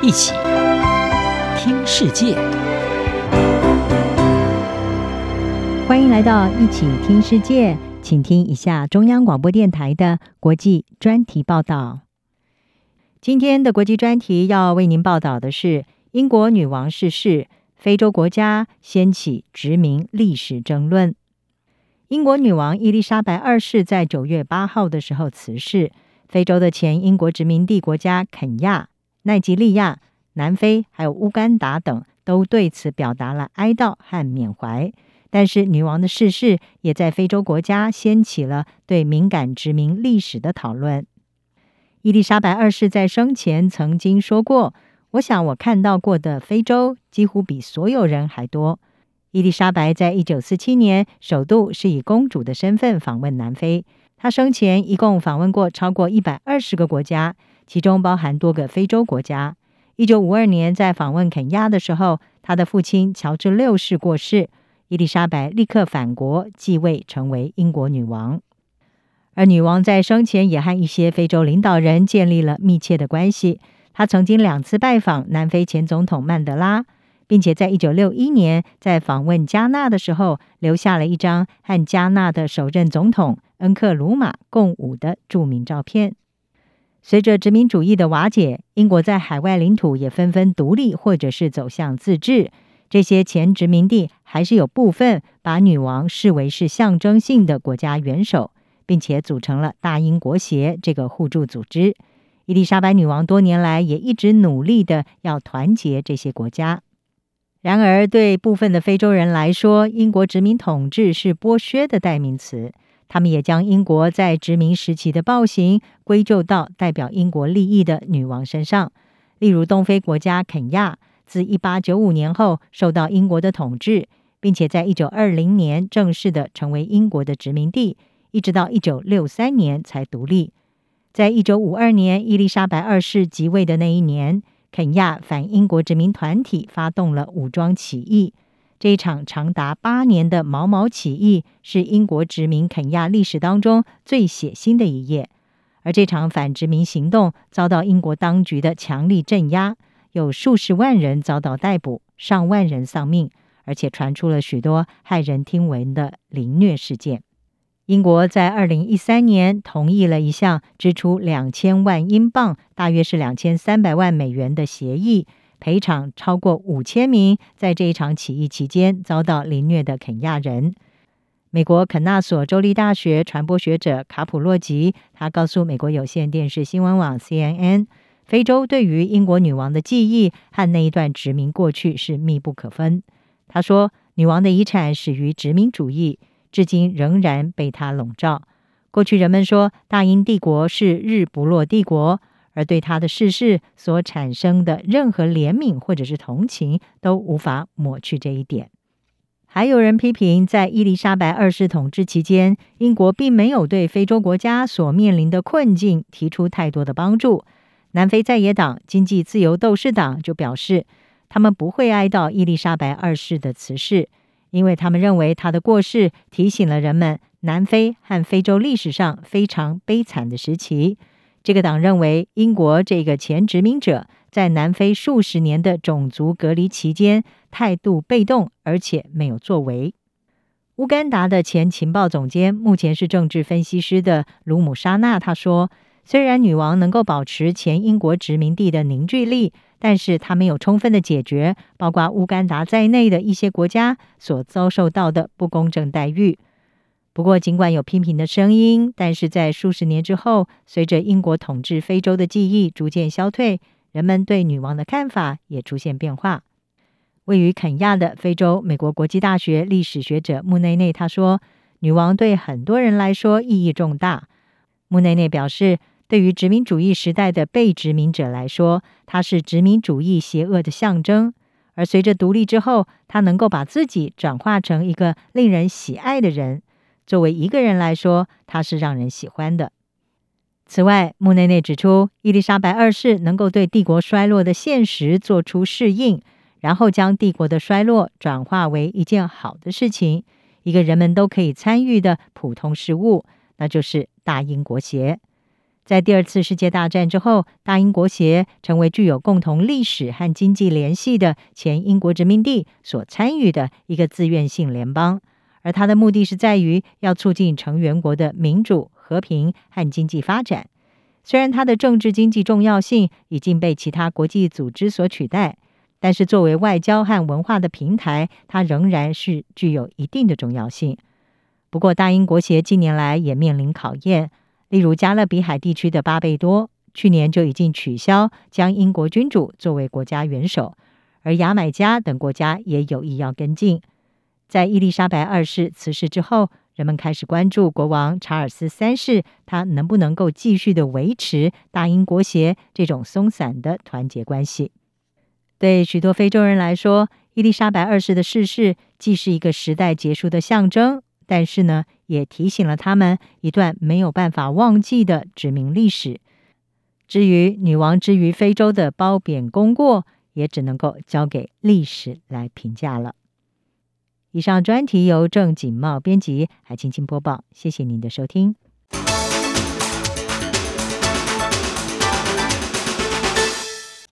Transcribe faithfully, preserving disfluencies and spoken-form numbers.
一起听世界。 欢迎来到一起听世界，请听一下中央广播电台的国际专题报道。今天的国际专题要为您报道的是英国女王逝世，非洲国家掀起殖民历史争论。英国女王伊丽莎白二世在九月八号的时候辞世，非洲的前英国殖民地国家肯亚、奈及利亚、南非还有乌干达等都对此表达了哀悼和缅怀。但是女王的逝世也在非洲国家掀起了对敏感殖民历史的讨论。伊丽莎白二世在生前曾经说过，我想我看到过的非洲几乎比所有人还多。伊丽莎白在一九四七年首度是以公主的身份访问南非，她生前一共访问过超过一百二十个国家，其中包含多个非洲国家。一九五二年在访问肯亚的时候，她的父亲乔治六世过世，伊丽莎白立刻返国继位，成为英国女王。而女王在生前也和一些非洲领导人建立了密切的关系，她曾经两次拜访南非前总统曼德拉，并且在一九六一年在访问加纳的时候，留下了一张和加纳的首任总统恩克鲁马共舞的著名照片。随着殖民主义的瓦解，英国在海外领土也纷纷独立或者是走向自治。这些前殖民地还是有部分把女王视为是象征性的国家元首，并且组成了大英国协这个互助组织。伊丽莎白女王多年来也一直努力的要团结这些国家。然而对部分的非洲人来说，英国殖民统治是剥削的代名词，他们也将英国在殖民时期的暴行归咎到代表英国利益的女王身上。例如东非国家肯亚自一八九五年后受到英国的统治，并且在一九二零年正式的成为英国的殖民地，一直到一九六三年才独立。在一九五二年伊丽莎白二世即位的那一年，肯亚反英国殖民团体发动了武装起义。这一场长达八年的毛毛起义是英国殖民肯亚历史当中最血腥的一页。而这场反殖民行动遭到英国当局的强力镇压，有数十万人遭到逮捕，上万人丧命，而且传出了许多骇人听闻的凌虐事件。英国在二零一三年同意了一项支出两千万英镑，大约是两千三百万美元的协议，赔偿超过五千名在这一场起义期间遭到凌虐的肯亚人。美国肯纳索州立大学传播学者卡普洛吉，他告诉美国有线电视新闻网 C N N， 非洲对于英国女王的记忆和那一段殖民过去是密不可分。他说，女王的遗产始于殖民主义，至今仍然被她笼罩。过去人们说大英帝国是日不落帝国，而对她的逝世所产生的任何怜悯或者是同情都无法抹去这一点。还有人批评，在伊丽莎白二世统治期间，英国并没有对非洲国家所面临的困境提出太多的帮助。南非在野党经济自由斗士党就表示，他们不会哀悼伊丽莎白二世的辞世，因为他们认为她的过世提醒了人们南非和非洲历史上非常悲惨的时期。这个党认为，英国这个前殖民者在南非数十年的种族隔离期间态度被动，而且没有作为。乌干达的前情报总监，目前是政治分析师的卢姆沙纳，他说，虽然女王能够保持前英国殖民地的凝聚力，但是她没有充分的解决包括乌干达在内的一些国家所遭受到的不公正待遇。不过尽管有批评的声音，但是在数十年之后，随着英国统治非洲的记忆逐渐消退，人们对女王的看法也出现变化。位于肯亚的非洲美国国际大学历史学者穆内内他说，女王对很多人来说意义重大。穆内内表示，对于殖民主义时代的被殖民者来说，她是殖民主义邪恶的象征，而随着独立之后，她能够把自己转化成一个令人喜爱的人。作为一个人来说，她是让人喜欢的。此外，穆内内指出，伊丽莎白二世能够对帝国衰落的现实做出适应，然后将帝国的衰落转化为一件好的事情，一个人们都可以参与的普通事务，那就是大英国协。 在第二次世界大战之后，大英国协成为具有共同历史和经济联系的前英国殖民地所参与的一个自愿性联邦，而它的目的是在于要促进成员国的民主、和平和经济发展。虽然它的政治经济重要性已经被其他国际组织所取代，但是作为外交和文化的平台，它仍然是具有一定的重要性。不过，大英国协近年来也面临考验。例如加勒比海地区的巴贝多，去年就已经取消将英国君主作为国家元首，而牙买加等国家也有意要跟进。在伊丽莎白二世辞世之后，人们开始关注国王查尔斯三世他能不能够继续的维持大英国协这种松散的团结关系。对许多非洲人来说，伊丽莎白二世的逝世既是一个时代结束的象征，但是呢，也提醒了他们一段没有办法忘记的殖民历史。至于女王之于非洲的褒贬功过，也只能够交给历史来评价了。以上专题由郑锦茂编辑，海青青播报，谢谢您的收听。